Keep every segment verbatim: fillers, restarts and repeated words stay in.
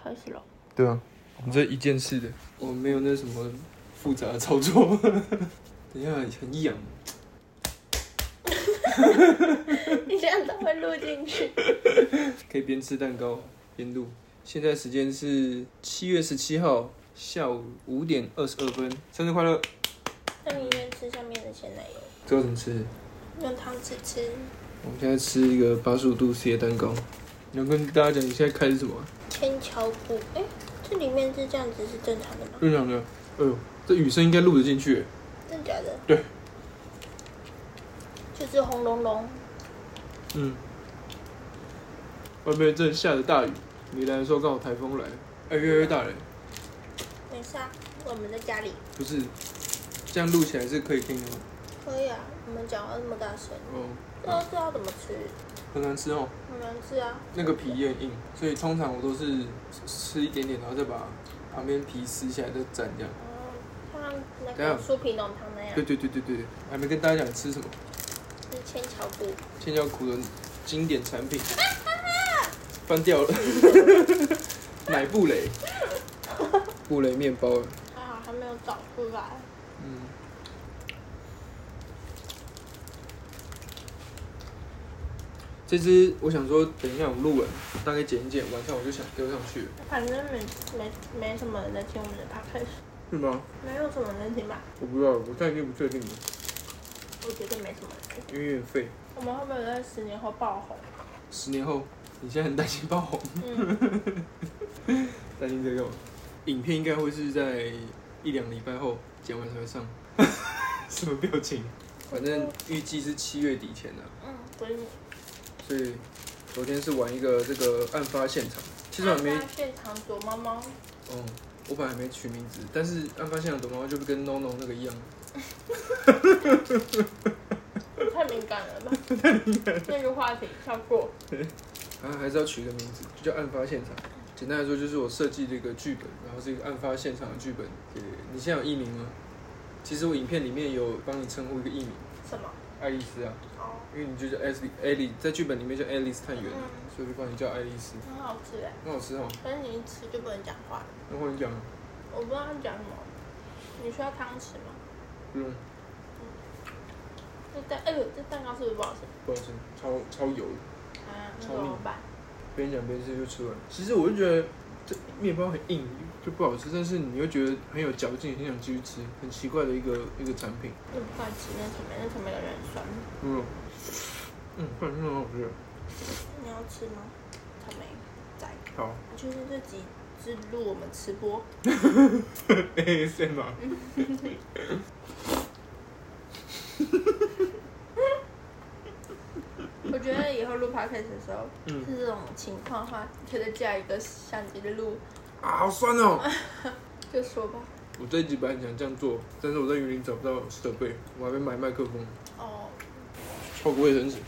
开始了。 对啊，我们这一件式的，我们没有那什么复杂的操作。等一下很痒。 你这样都会录进去。 可以边吃蛋糕边录。现在时间是七月十七号下午五点二十二分，生日快乐！ 那你愿吃上面的鲜奶油？ 这要怎么吃？ 用汤匙吃。 我们现在吃一个八十五度 C 的蛋糕。你要跟大家讲你现在开的是什么、啊？ 千桥骨。哎、欸，这里面是这样子是正常的吗？ 正常的。哎呦，这雨声应该录得进去。 真的假的？ 对。 就是轰隆隆。 嗯。外面正下着大雨，你来的时候刚好台风来，哎，越来越大了。 没事啊，我们在家里。 不是，这样录起来是可以听的吗？ 可以啊，我们讲话那么大声。 哦。 不知道这要怎么吃？ 很难吃哦。 很难吃啊。 那个皮也很硬，所以通常我都是吃一点点，然后再把旁边皮撕下来再蘸这样。 哦，像那个酥皮浓汤那样。 对对对对对，还没跟大家讲吃什么。 是千桥骨。千桥骨的经典产品。翻掉了。奶布雷。布雷面包。 还好还没有找出来。 嗯。这支我想说，等一下我们录完，大概剪一剪，晚上我就想丢上去。 反正没没没什么人在听我们的 podcast。 是吗？ 没有什么人听吧？ 我不知道，我现在已经不确定了。 我觉得没什么人听。 因为有点废。 我们会不会在十年后爆红？ 十年后，你现在很担心爆红？ 嗯。 担心这个？影片应该会是在一两礼拜后剪完才会上。什么表情？反正预计是七月底前的、啊。 嗯，归你。 所以昨天是玩一个这个案发现场，其实我还没。 案发现场躲猫猫。 哦，我本来还没取名字，但是案发现场躲猫猫就跟 No No 那个一样。 太敏感了吧？ 太敏感了。 那个话题跳过。 啊，还是要取一个名字，就叫案发现场。简单来说，就是我设计了一个剧本，然后是一个案发现场的剧本。你现在有艺名吗？其实我影片里面有帮你称呼一个艺名。 什么？ 爱丽丝啊。 哦。 因为你就叫爱丽，爱丽在剧本里面叫爱丽丝探员， 嗯、 所以就帮你叫爱丽丝。 很好吃哎。 很好吃哦。 可是你一吃就不能讲话。 那换你讲。 我不知道他讲什么。你需要汤匙吗？ 不用。 这蛋，哎呦，这蛋糕是不是不好吃？ 不好吃，超超油的。 啊，那怎么办？ 边讲边吃就吃完。其实我就觉得这面包很硬，就不好吃，但是你会觉得很有嚼劲，很想继续吃，很奇怪的一个一个产品。 那不快吃，那草莓，那草莓感觉很酸。 嗯。嗯，饭真的很好吃。 你要吃吗？草莓仔。 好。 我觉得这集是录我们吃播。 A S M R。 我觉得以后录 podcast 的时候，嗯、是这种情况的话，可以架一个相机的录。 啊，好酸哦！ 就说吧。 我这一集本来想这样做，但是我在云林找不到设备，我还没买麦克风。 哦。 超过卫生纸。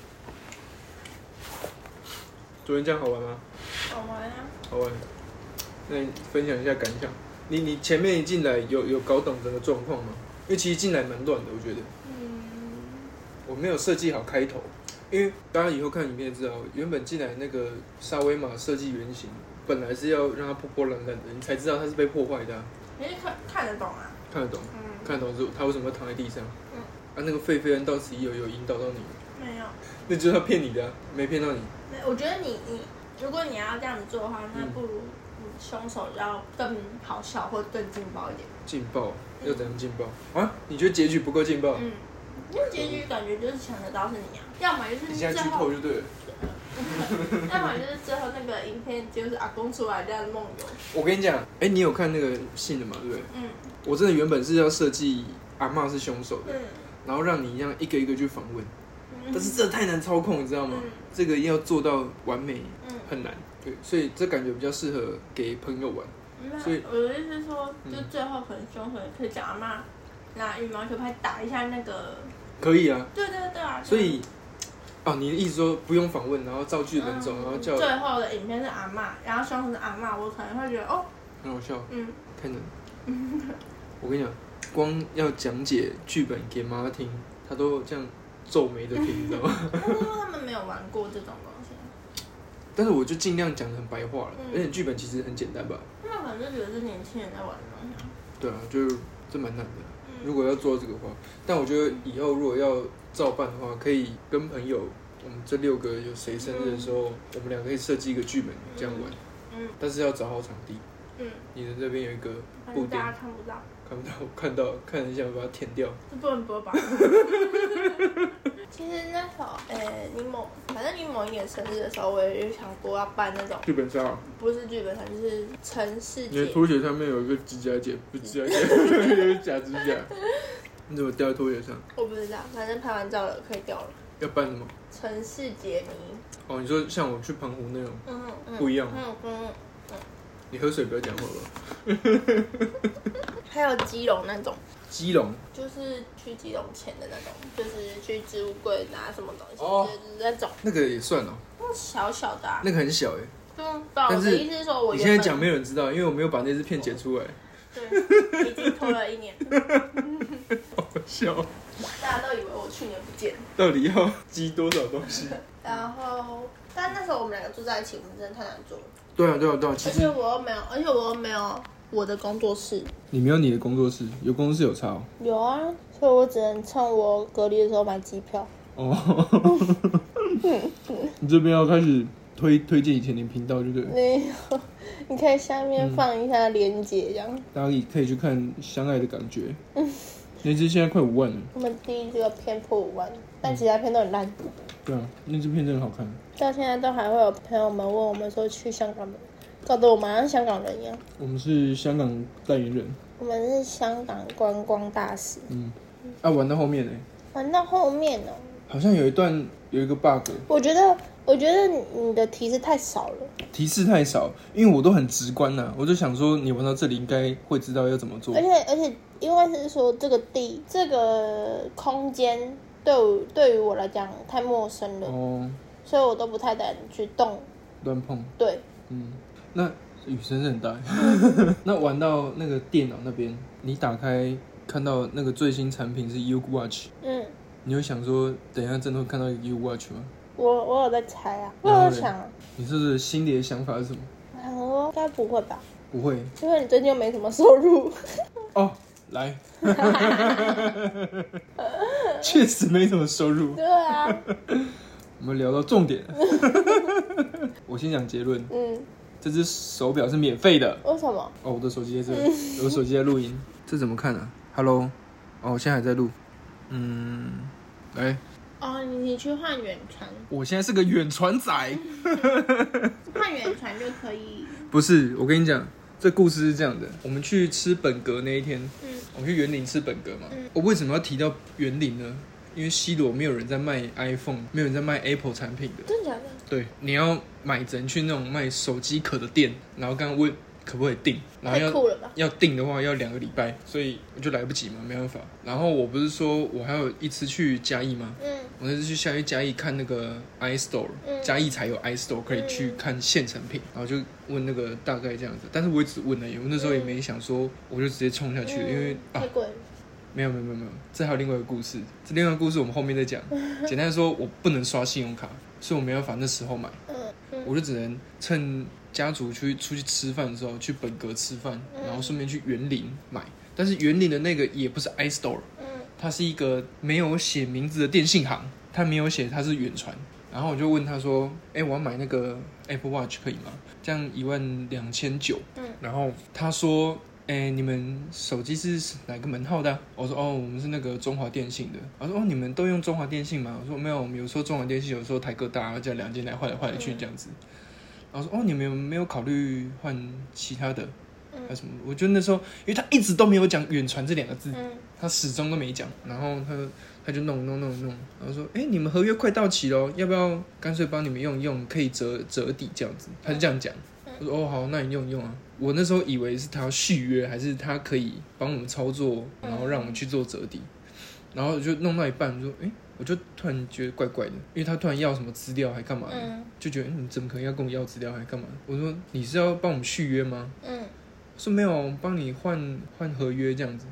昨天这样好玩吗？ 好玩啊。 好玩。那你分享一下感想。你你前面一进来有有搞懂整个状况吗？因为其实进来蛮乱的，我觉得。嗯。我没有设计好开头。因为大家以后看影片知道，原本进来那个沙威玛设计原型，本来是要让它破破烂烂的，你才知道它是被破坏的、啊。 你看看得懂啊？ 看得懂，嗯、看得懂是它为什么要躺在地上。 嗯。 啊，那个狒狒人到此有有引导到你？ 没有。 那就是他骗你的、啊，没骗到你。 我觉得你你，如果你要这样子做的话，那不如凶手要更好笑或更劲爆一点。 劲爆？要怎样劲爆、嗯、啊？你觉得结局不够劲爆？ 嗯。因为结局感觉就是抢得到是你啊，要么就是你现在剧透就对了， 要么就是最后那个影片就是阿公出来这样梦游。 我跟你讲，哎、欸，你有看那个信的嘛？对不对？嗯。我真的原本是要设计阿嬷是凶手的，嗯，然后让你一样一个一个去访问，嗯、但是这太难操控，你知道吗？嗯、这个要做到完美，嗯，很难。对，所以这感觉比较适合给朋友玩。 嗯、所以我的意思是说，就最后可能凶手可以叫阿嬷拿羽毛球拍打一下那个。 可以啊， 对对对啊， 所以，哦，你的意思说不用访问，然后造句人走，嗯、然后叫最后的影片是阿嬷，然后凶手是阿嬷，我可能会觉得哦， 很好笑， 嗯， 太难。我跟你讲，光要讲解剧本给妈听，她都这样皱眉的听，你知道吗？ 因为他们没有玩过这种东西。 但是我就尽量讲得很白话了，嗯、而且剧本其实很简单吧。 那可能就觉得是年轻人在玩的东西。 对啊，就这蛮难的。嗯、如果要做这个话，但我觉得以后如果要照办的话，可以跟朋友，我们这六个有谁生日的时候，嗯、我们俩可以设计一个剧本这样玩。嗯。但是要找好场地。嗯。你的这边有一个布垫。大家看不到。看不到，看到看一下，把它填掉。 这不能播吧？其实那时候，诶、欸，你某，反正你某一年生日的时候，我也有想过要办那种剧本杀， 不是剧本杀，就是城市节。 你的拖鞋上面有一个指甲剪，不是指甲剪，有一个假指甲。你怎么掉在拖鞋上？ 我不知道，反正拍完照了，可以掉了。 要办什么？ 城市解谜。 哦，你说像我去澎湖那种，嗯嗯，不一样。 嗯嗯嗯。 你喝水不要讲话吧。 还有基隆那种。 基隆就是去基隆前的那种，就是去置物柜拿什么东西，哦、就是那种。那个也算哦。 小小的、啊。 那个很小哎。 嗯，但是我的意思是说，我你现在讲没有人知道，因为我没有把那支片剪出来。 对，已经拖了一年。 好笑。 大家都以为我去年不见。 到底要积多少东西？ 然后，但那时候我们两个住在一起，我们真的太难做了。 对啊，对啊，对啊。其实而且我又没有，而且我又没有。我的工作室， 你没有你的工作室，有工作室有差哦。 有啊，所以我只能趁我隔离的时候买机票。哦， 你这边要开始推推荐以前的频道，对不对？ 没有，你可以下面放一下连结，这样、嗯、 大家可以去看《相爱的感觉》。嗯，那支现在快五万了。 我们第一个片破五万，但其他片都很烂。嗯、 对啊，那支片真的好看。 到现在都还会有朋友们问我们说去香港没？搞得我们好像香港人一样。 我们是香港代言人。 我们是香港观光大使。 嗯。啊，玩到后面呢？ 玩到后面哦。 好像有一段有一个 bug。 我觉得，我觉得你的提示太少了。 提示太少，因为我都很直观呐、啊，我就想说你玩到这里应该会知道要怎么做。 而且而且，因为是说这个地这个空间对我对于我来讲太陌生了。哦。所以我都不太敢去动。 乱碰。 对。 嗯。那雨声是很大。那玩到那个电脑那边，你打开看到那个最新产品是 U Watch， 嗯，你会想说，等一下真的会看到一个 U Watch 吗？ 我我有在猜啊，我有想啊。 你这是心里的想法是什么？ 我想说，应该不会吧？ 不会， 因为你最近又没什么收入。 哦，来，确实没什么收入。 对啊。 我们聊到重点。我先讲结论。嗯。这只手表是免费的。 为什么？ 哦，我的手机在这里，我的手机在录音。这怎么看啊 ？Hello， 哦，我现在还在录。嗯，来。 哦，你你去换远传。 我现在是个远传仔。 换远传就可以。 不是，我跟你讲，这故事是这样的。我们去吃本格那一天，嗯，我们去园林吃本格嘛。嗯、我为什么要提到园林呢？因为西螺没有人在卖 iPhone， 没有人在卖 Apple 产品的。 真的假的？ 对，你要买只能去那种卖手机壳的店，然后刚刚问可不可以订，然后要太酷了吧？ 要订的话要两个礼拜，所以我就来不及嘛，没办法。然后我不是说我还有一次去嘉义吗？嗯，我那次去下去嘉义看那个 iStore，嗯，嘉义才有 iStore 可以去看现成品，然后就问那个大概这样子，但是我也只问了，我那时候也没想说，我就直接冲下去了，嗯、因为、 啊、太贵了。 没有没有没有没有，这还有另外一个故事。这另外一个故事我们后面再讲。简单说，我不能刷信用卡，所以我没办法那时候买。嗯嗯、我就只能趁家族去出去吃饭的时候，去本格吃饭，然后顺便去园林买。但是园林的那个也不是 iStore，、嗯、它是一个没有写名字的电信行，它没有写它是远传。然后我就问他说：“哎、欸，我要买那个 Apple Watch 可以吗？这样一万两千九。”然后他说。哎、欸，你们手机是哪个门号的、啊？我说哦，我们是那个中华电信的。我说哦，你们都用中华电信吗？我说没有，我们有时候中华电信，有时候台哥大，然后这样两间来换来换来去这样子。然后说哦，你们有没有考虑换其他的？还有什么？我觉得那时候，因为他一直都没有讲远传这两个字，他始终都没讲。然后他他就弄弄弄弄，然后说哎、欸，你们合约快到期了，要不要干脆帮你们用一用，可以折折抵这样子？他就这样讲。我说哦好，那你用一用啊。我那时候以为是他要续约，还是他可以帮我们操作，然后让我们去做折抵。然后就弄到一半，我说哎、欸，我就突然觉得怪怪的，因为他突然要什么资料还干嘛的，嗯、就觉得、欸、你怎么可能要跟我要资料还干嘛？我说你是要帮我们续约吗？嗯，说没有，帮你换换合约这样子。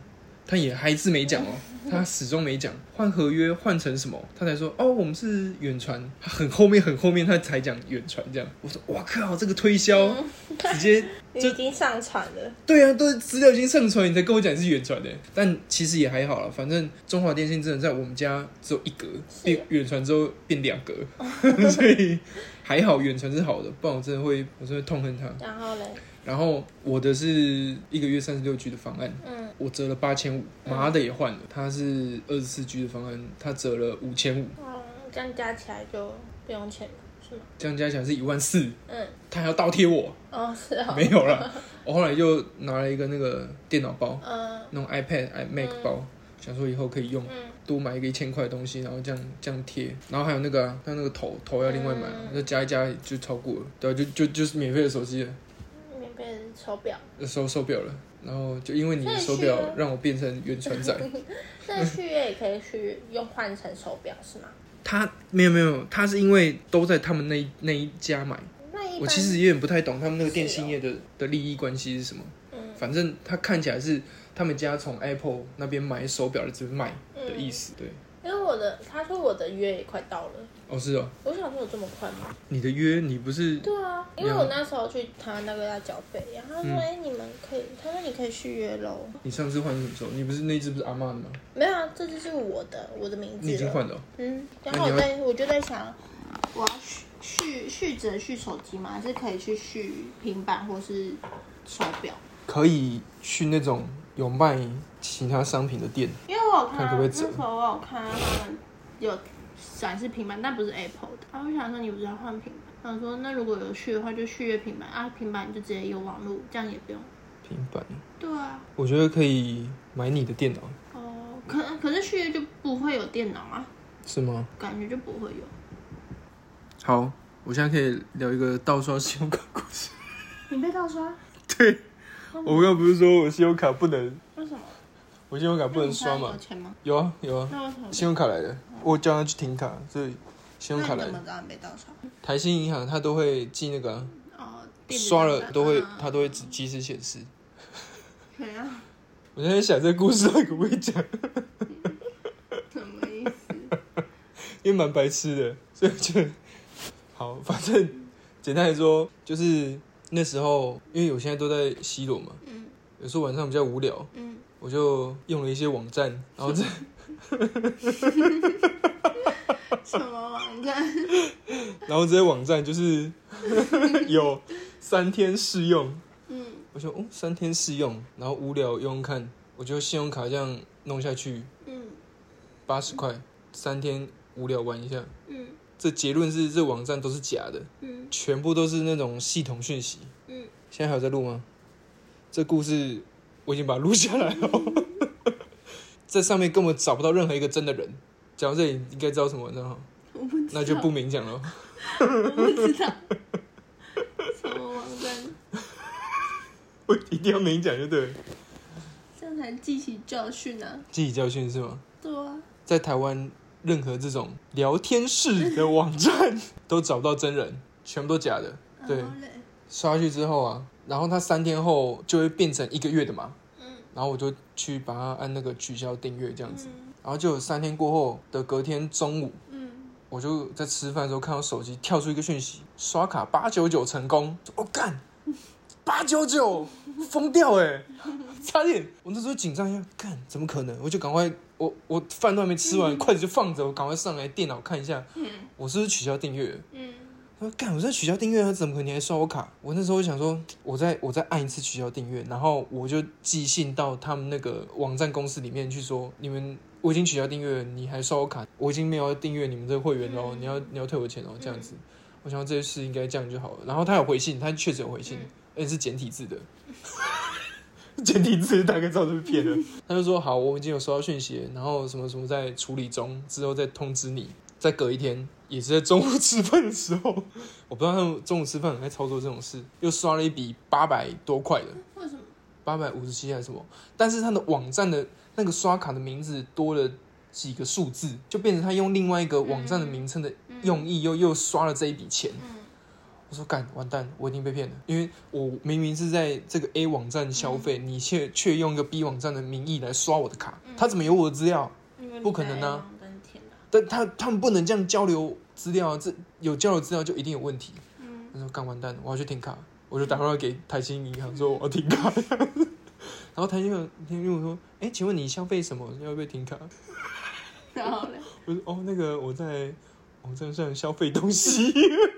他也还是没讲哦，他始终没讲换合约换成什么，他才说哦我们是远传，他很后面很后面他才讲远传这样。我说哇靠，这个推销、嗯、直接就已经上传了。 对啊，都资料已经上传，你才跟我讲是远传的。但其实也还好啦，反正中华电信真的在我们家只有一格，变远传之后变两格，所以还好远传是好的，不然我真的会我真的会痛恨他。 然后嘞？ 然后我的是一个月三十六 G 的方案，嗯，我折了八千五，妈的也换了，他是二十四 G 的方案，他折了五千五， 哦，这样加起来就不用钱了，是吗？ 这样加起来是一万四， 嗯， 他还要倒贴我， 哦，是哦， 没有啦，我后来就拿了一个那个电脑包，嗯，那种 iPad、iMac 包。嗯，想说以后可以用，嗯、多买一个一千块的东西，然后这样这样贴，然后还有那个、啊，还有那个头头要另外买，就、嗯、加一加就超过了，对、啊，就就就是免费的手机了， 免费的手表， 收手表了，然后就因为你的手表让我变成原传仔， 那续约也可以去用换成手表是吗？ 他没有没有，他是因为都在他们那那一家买，我其实有点不太懂他们那个电信业的、哦、的利益关系是什么，嗯，反正他看起来是。他们家从 Apple 那边买手表的这边卖的意思，对。 因为我的他说我的约也快到了。 哦，是哦。 我想说有这么快吗？ 你的约你不是？ 对啊，因为我那时候去他那个要缴费，然后他说：“哎、嗯欸，你们可以，他说你可以续约喽。”你上次换什么时候？你不是那只不是阿嬷的吗？ 没有啊，这只是我的，我的名字。 你已经换了、哦。 嗯，然后我在我就在想，我要续续续折续手机吗？还是可以去续平板或是手表？ 可以去那种有卖其他商品的店， 因为我有看， 看可不可以折。 那时候我有看他们有展示平板，但不是 Apple 的。然后我想说你不是要换平板，我说那如果有续的话就续约平板啊，平板你就直接有网络，这样也不用。 平板？ 对啊。我觉得可以买你的电脑。 哦，可可是续约就不会有电脑啊？ 是吗？ 感觉就不会有。 好，我现在可以聊一个盗刷信用卡故事。 你被盗刷？ 对。我刚刚不是说我信用卡不能？ 为什么？ 我信用卡不能刷嘛？ 有钱吗？ 有啊有啊。 那为什么？ 信用卡来的，我叫他去停卡，所以信用卡来的。 那你怎么知道你被盗刷？ 台新银行他都会寄那个、 啊，哦、 刷了都会，他、啊、都会及时显示。 对啊。 我现在想这个故事可不可以讲？ 什么意思？ 因为蛮白痴的，所以就好，反正简单来说就是。那时候，因为我现在都在西螺嘛，嗯，有时候晚上比较无聊，嗯，我就用了一些网站，然后这什么网站？ 然后这些网站就是有三天试用，嗯，我说哦三天试用，然后无聊用用看，我就信用卡这样弄下去，嗯，八十块，三天无聊玩一下，嗯。这结论是这网站都是假的，嗯，全部都是那种系统讯息，嗯，现在还有在录吗？这故事我已经把它录下来了，在上面根本找不到任何一个真的人。讲到这里，应该知道什么，你知道吗？ 我不知道， 那就不明讲了。 我不知道什么网站， 我一定要明讲就对了， 这样才记起教训啊！ 记起教训是吗？ 对啊， 在台湾。任何这种聊天室的网站都找不到真人，全部都假的。对，刷下去之后啊，然后它三天后就会变成一个月的嘛。嗯，然后我就去把它按那个取消订阅这样子，嗯、然后就有三天过后的隔天中午，嗯，我就在吃饭的时候看到手机跳出一个讯息，刷卡八九九成功。我干，八九九，疯掉哎、欸！差点，我那时候紧张一下，干怎么可能？我就赶快。我我饭都还没吃完，筷子就放着，我赶快上来电脑看一下，嗯、我是不是取消订阅？嗯，他说干，我在取消订阅，他怎么可能你还刷我卡？我那时候就想说，我再我再按一次取消订阅，然后我就寄信到他们那个网站公司里面去说，你们我已经取消订阅了，你还刷我卡，我已经没有要订阅你们这个会员喽，嗯、你要你要退我钱哦，这样子，嗯、我想到这些事应该这样就好了。然后他有回信，他确实有回信，嗯、而且是简体字的。简体字大概知道是骗的，他就说好，我已经有收到讯息，然后什么什么在处理中，之后再通知你。再隔一天，也是在中午吃饭的时候，我不知道他们中午吃饭很爱操作这种事，又刷了一笔八百多块的， 为什么？ 八百五十七还是什么？但是他的网站的那个刷卡的名字多了几个数字，就变成他用另外一个网站的名称的用意又，又又刷了这一笔钱。嗯， 我说干完蛋，我一定被骗了，因为我明明是在这个 A 网站消费，嗯、你却却用一个 B 网站的名义来刷我的卡，嗯、他怎么有我的资料？不可能啊！但他他们不能这样交流资料，这有交流资料就一定有问题。嗯，他说干完蛋了，我要去停卡，我就打电话给台新银行说我要停卡。然后台新银行我说，哎、欸，请问你消费什么要被停卡？ 然后呢？ 我说哦，那个我在网站上消费东西。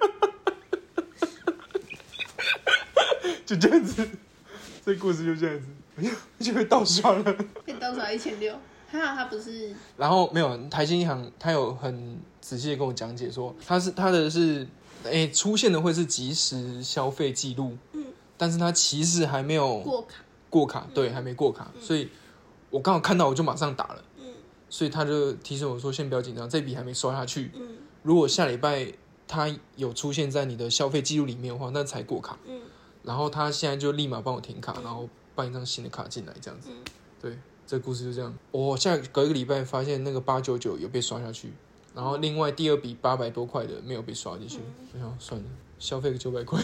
就这样子，这故事就这样子，就被盗刷了， 被盗刷一千六，还好他不是。 然后没有台新银行，他有很仔细的跟我讲解说，他是他的是，哎，出现的会是即时消费记录，嗯，但是他其实还没有过卡， 过卡，对，还没过卡，嗯、所以我刚好看到我就马上打了，嗯，所以他就提醒我说，先不要紧张，这笔还没刷下去，嗯，如果下礼拜他有出现在你的消费记录里面的话，那才过卡，嗯。然后他现在就立马帮我停卡，然后办一张新的卡进来，这样子。嗯、对，这个故事就这样。我现在隔一个礼拜发现那个八九九有被刷下去，然后另外第二笔八百多块的没有被刷进去。嗯、我想算了，消费个九百块，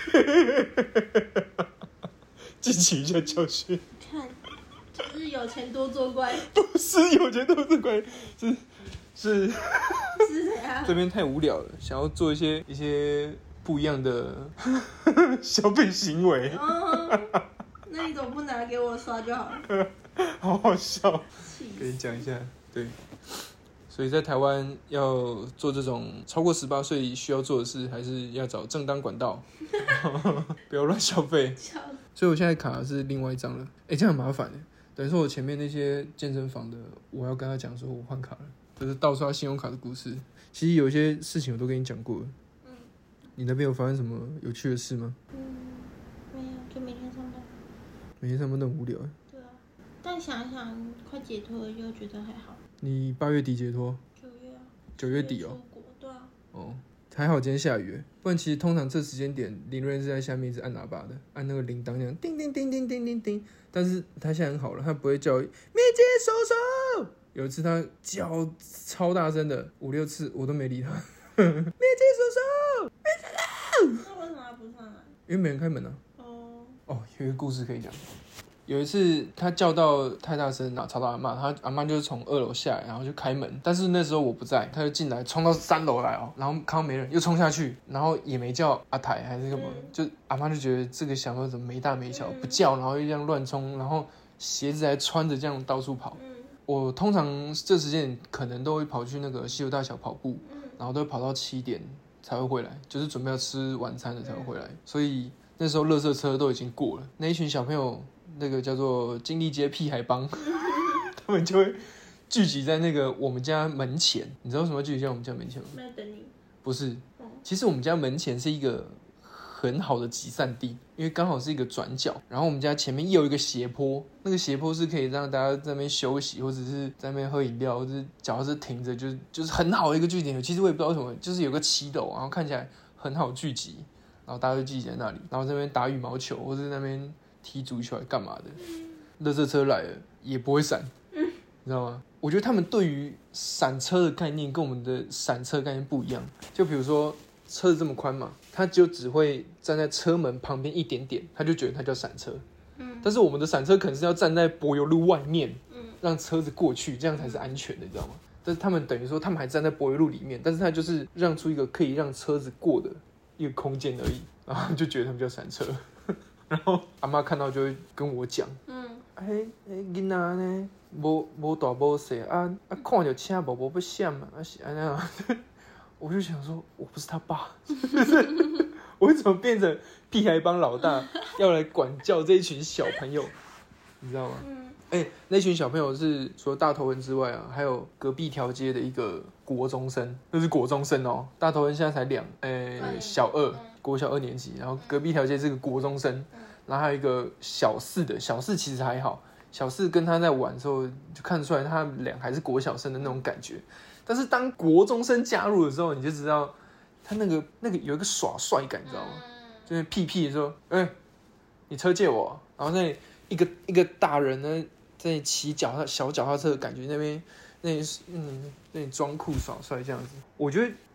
汲取一下教训。 看，就是有钱多作怪。 不是有钱多作怪，是是是怎样？ 这边太无聊了，想要做一些一些。不一样的消费行为、 哦，那你怎么不拿给我刷就好了？ 好好笑，跟你讲一下，对，所以在台湾要做这种超过十八岁需要做的事，还是要找正当管道，不要乱消费。所以我现在卡是另外一张了，哎、欸，这样很麻烦，等于说我前面那些健身房的，我要跟他讲说我换卡了，这是盗刷信用卡的故事。其实有一些事情我都跟你讲过了。你那边有发生什么有趣的事吗？ 嗯，没有，就每天上班。 每天上班都很无聊。 对啊，但想想快解脱了，又觉得还好。 你八月底解脱？ 九月啊。 九月底哦。 出国，对啊。 哦，还好今天下雨，不然其实通常这时间点，林瑞是在下面一直按喇叭的，按那个铃铛那样叮叮叮叮叮叮叮。但是他现在很好了，他不会叫梅姐手手。有一次他叫超大声的五六次，我都没理他。梅姐手手。 那为什么他不上来？ 因为没人开门啊。哦哦，有一个故事可以讲。有一次他叫到太大声，然后吵到阿嬷，他阿嬷就是从二楼下来，然后就开门。但是那时候我不在，他就进来，冲到三楼来哦，然后看到没人，又冲下去，然后也没叫阿台还是什么，嗯、就阿嬷就觉得这个小朋友怎么没大没小，不叫，然后又这样乱冲，然后鞋子还穿着这样到处跑。嗯、我通常这时间可能都会跑去那个西游大桥跑步，嗯、然后都会跑到七点。才会回来，就是准备要吃晚餐的才会回来，所以那时候垃圾车都已经过了，那一群小朋友，那个叫做金利街屁孩帮，他们就会聚集在那个我们家门前。你知道为什么聚集在我们家门前吗？ 没有等你。 不是，其实我们家门前是一个很好的集散地，因为刚好是一个转角，然后我们家前面又有一个斜坡，那个斜坡是可以让大家在那边休息，或者是在那边喝饮料，或者是脚踏车停着，就是就是很好的一个据点。其实我也不知道为什么，就是有个七楼，然后看起来很好聚集，然后大家就聚集在那里，然后在那边打羽毛球，或者在那边踢足球，还干嘛的。垃圾车来了也不会闪，嗯、你知道吗？我觉得他们对于闪车的概念跟我们的闪车概念不一样。就比如说车子这么宽嘛，他就只会站在车门旁边一点点，他就觉得它叫闪车。嗯，但是我们的闪车可能是要站在柏油路外面，嗯，让车子过去，这样才是安全的，你知道吗？但是他们等于说他们还站在柏油路里面，但是他就是让出一个可以让车子过的一个空间而已，然后就觉得他们叫闪车。然后阿嬷看到就会跟我讲，嗯，哎哎，囡仔呢，无无大无小啊啊，看到车无无要闪啊，啊是安那样。我就想说，我不是他爸，就是我为什么变成屁孩帮老大要来管教这一群小朋友，你知道吗？嗯，哎、欸，那群小朋友是除了大头文之外啊，还有隔壁条街的一个国中生，就是国中生哦。大头文现在才两，呃、欸，小二，国小二年级，然后隔壁条街是个国中生，然后还有一个小四的，小四其实还好，小四跟他在玩的时候就看出来他们俩还是国小生的那种感觉。但是当国中生加入的时候，你就知道他那个那个有一个耍帅感，你知道吗？就是屁屁的说，哎、欸，你车借我，然后那一个一个大人呢在骑脚踏小脚踏车的感觉，那边那嗯那里装酷耍帅这样子。我觉得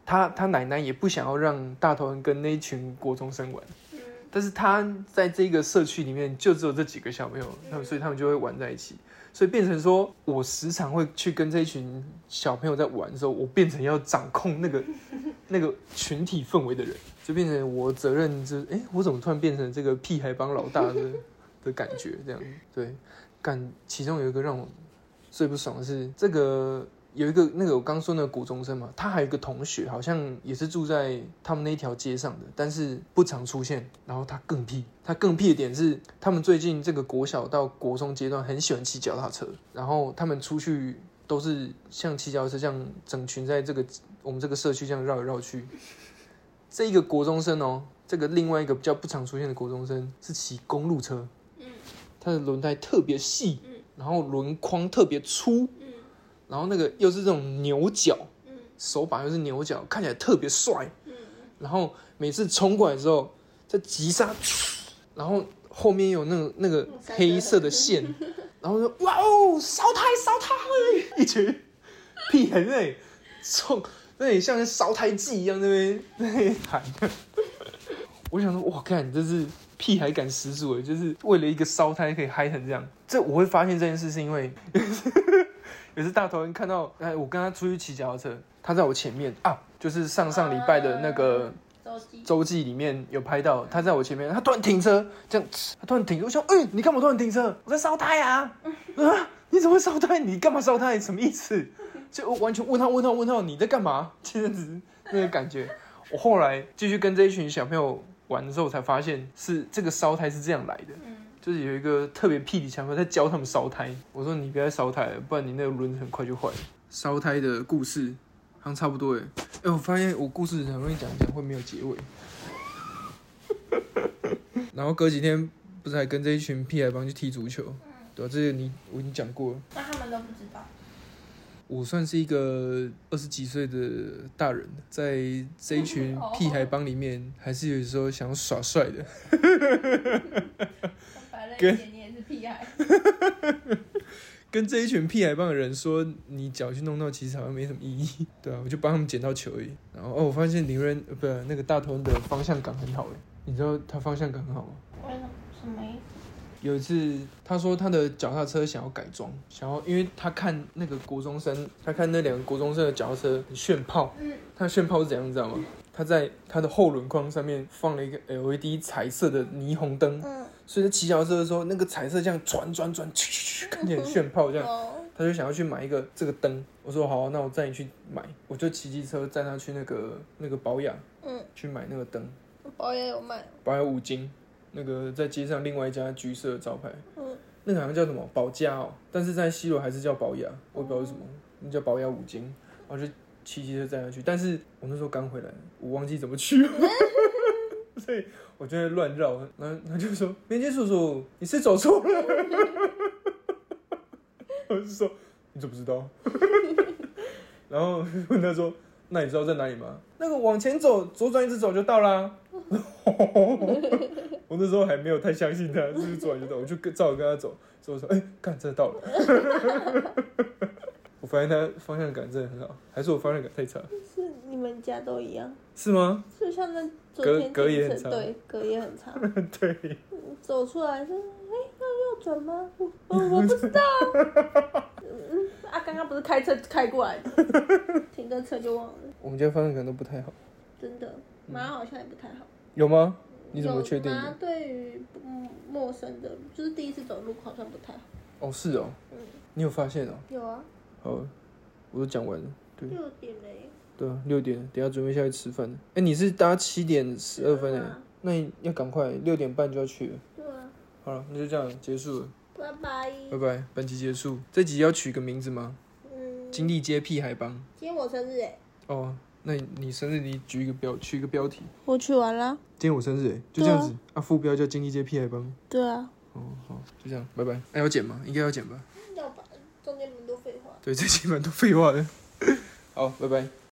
他他奶奶也不想要让大头恩跟那一群国中生玩，嗯、但是他在这个社区里面就只有这几个小朋友，他们所以他们就会玩在一起，所以变成说我时常会去跟这一群小朋友在玩的时候，我变成要掌控那个那个群体氛围的人，就变成我责任就是，哎，我怎么突然变成这个屁孩帮老大的的感觉这样？对，干其中有一个让我最不爽的是这个。有一个那个我刚说那个国中生嘛，他还有一个同学，好像也是住在他们那一条街上的，但是不常出现。然后他更屁，他更屁的点是，他们最近这个国小到国中阶段很喜欢骑脚踏车，然后他们出去都是像骑脚踏车这样整群在这个我们这个社区这样绕来绕去。这一个国中生哦，这个另外一个比较不常出现的国中生是骑公路车，嗯，他的轮胎特别细，嗯，然后轮框特别粗。然后那个又是这种牛角，嗯、手把又是牛角，看起来特别帅。嗯、然后每次冲过来之后，再急刹，然后后面有那个那个黑色的线，然后说哇哦，烧胎烧胎，一群屁孩在那里冲，那里像烧胎剂一样那边那边喊。我想说，哇，看这是屁孩感十足，就是为了一个烧胎可以嗨成这样。这我会发现这件事是因为。有次大头恩看到，哎，我跟他出去骑脚踏车，他在我前面啊，就是上上礼拜的那个周记里面有拍到，他在我前面，他突然停车，这样，他突然停，我想，哎、欸，你干嘛突然停车？我在烧胎啊！啊，你怎么会烧胎？你干嘛烧胎？什么意思？就我完全问号问号问号，你在干嘛？这样子那个感觉。我后来继续跟这一群小朋友玩的时候，我才发现是这个烧胎是这样来的。嗯就是有一个特别屁的小朋友在教他们烧胎，我说你不要再烧胎了，不然你那个轮子很快就坏了。烧胎的故事好像差不多哎，哎，我发现我故事很容易讲讲会没有结尾。然后隔几天不是还跟这一群屁孩帮去踢足球，嗯、对吧、啊？这个你我已经讲过了。 那他们都不知道。 我算是一个二十几岁的大人，在这一群屁孩帮里面，还是有时候想要耍帅的。 跟你也是屁孩。 跟这一群屁孩帮的人说，你脚去弄到，其实好像没什么意义，对啊，我就帮他们捡到球而已。然后哦，我发现林人呃不那个大头的方向感很好哎，你知道他方向感很好吗？ 为什么？什么意思？ 有一次，他说他的脚踏车想要改装，想要，因为他看那个国中生，他看那两个国中生的脚踏车很炫炮，嗯，他的炫炮是怎样，你知道吗？他在他的后轮框上面放了一个 L E D 彩色的霓虹灯，嗯，所以他骑脚踏车的时候，那个彩色这样转转转，看起来很炫炮这样，他就想要去买一个这个灯。我说好，那我载你去买，我就骑机车载他去那个那个保养，嗯，去买那个灯。 保养有卖？ 保养五金。那个在街上另外一家橘色的招牌，嗯，那个好像叫什么保家哦，但是在西螺还是叫保雅，我也不知道为什么，那叫保雅五金，然后就骑机车载他去，但是我那时候刚回来，我忘记怎么去了，所以我就在乱绕，然后他就说：“连杰叔叔，你是走错了。”我就说：“你怎么知道？”然后问他说：“那你知道在哪里吗？”那个往前走，左转一直走就到啦。我那时候还没有太相信他，是不是左转就到？我就跟照着跟他走，所以我说：“哎、欸，看，真的到了。”我发现他方向感真的很好，还是我方向感太差？ 是你们家都一样？ 是吗？ 就像那昨天隔也很差， 对，隔也很差。 对， 走出来说：“哎、欸，要右转吗？”我我我不知道。嗯啊，刚刚不是开车开过来的，停个车就忘了。 我们家方向感都不太好。真的，妈好像也不太好。 有吗？你怎么确定的？ 妈对于陌生的，就是第一次走路好像不太好。 哦，是哦。嗯。你有发现哦？ 有啊。 好，我都讲完了。对。 六点嘞。 对啊，六点，等一下准备下去吃饭。哎、欸，你是搭七点十二分哎、啊，那你要赶快，六点半就要去了。 对啊。 好了，那就这样结束了。 拜拜。拜拜，本集结束。这集要取个名字吗？嗯。金利街屁孩帮。 今天我生日哎。 哦。那你生日你举一个标取一个标题， 我取完了。 今天我生日哎，就这样子 啊, 啊，副标叫金利街屁孩帮。 对啊。 哦，好，就这样，拜拜。哎，要剪吗？应该要剪吧。 要吧，中间蛮多废话。 对，这期蛮多废话的。好，拜拜。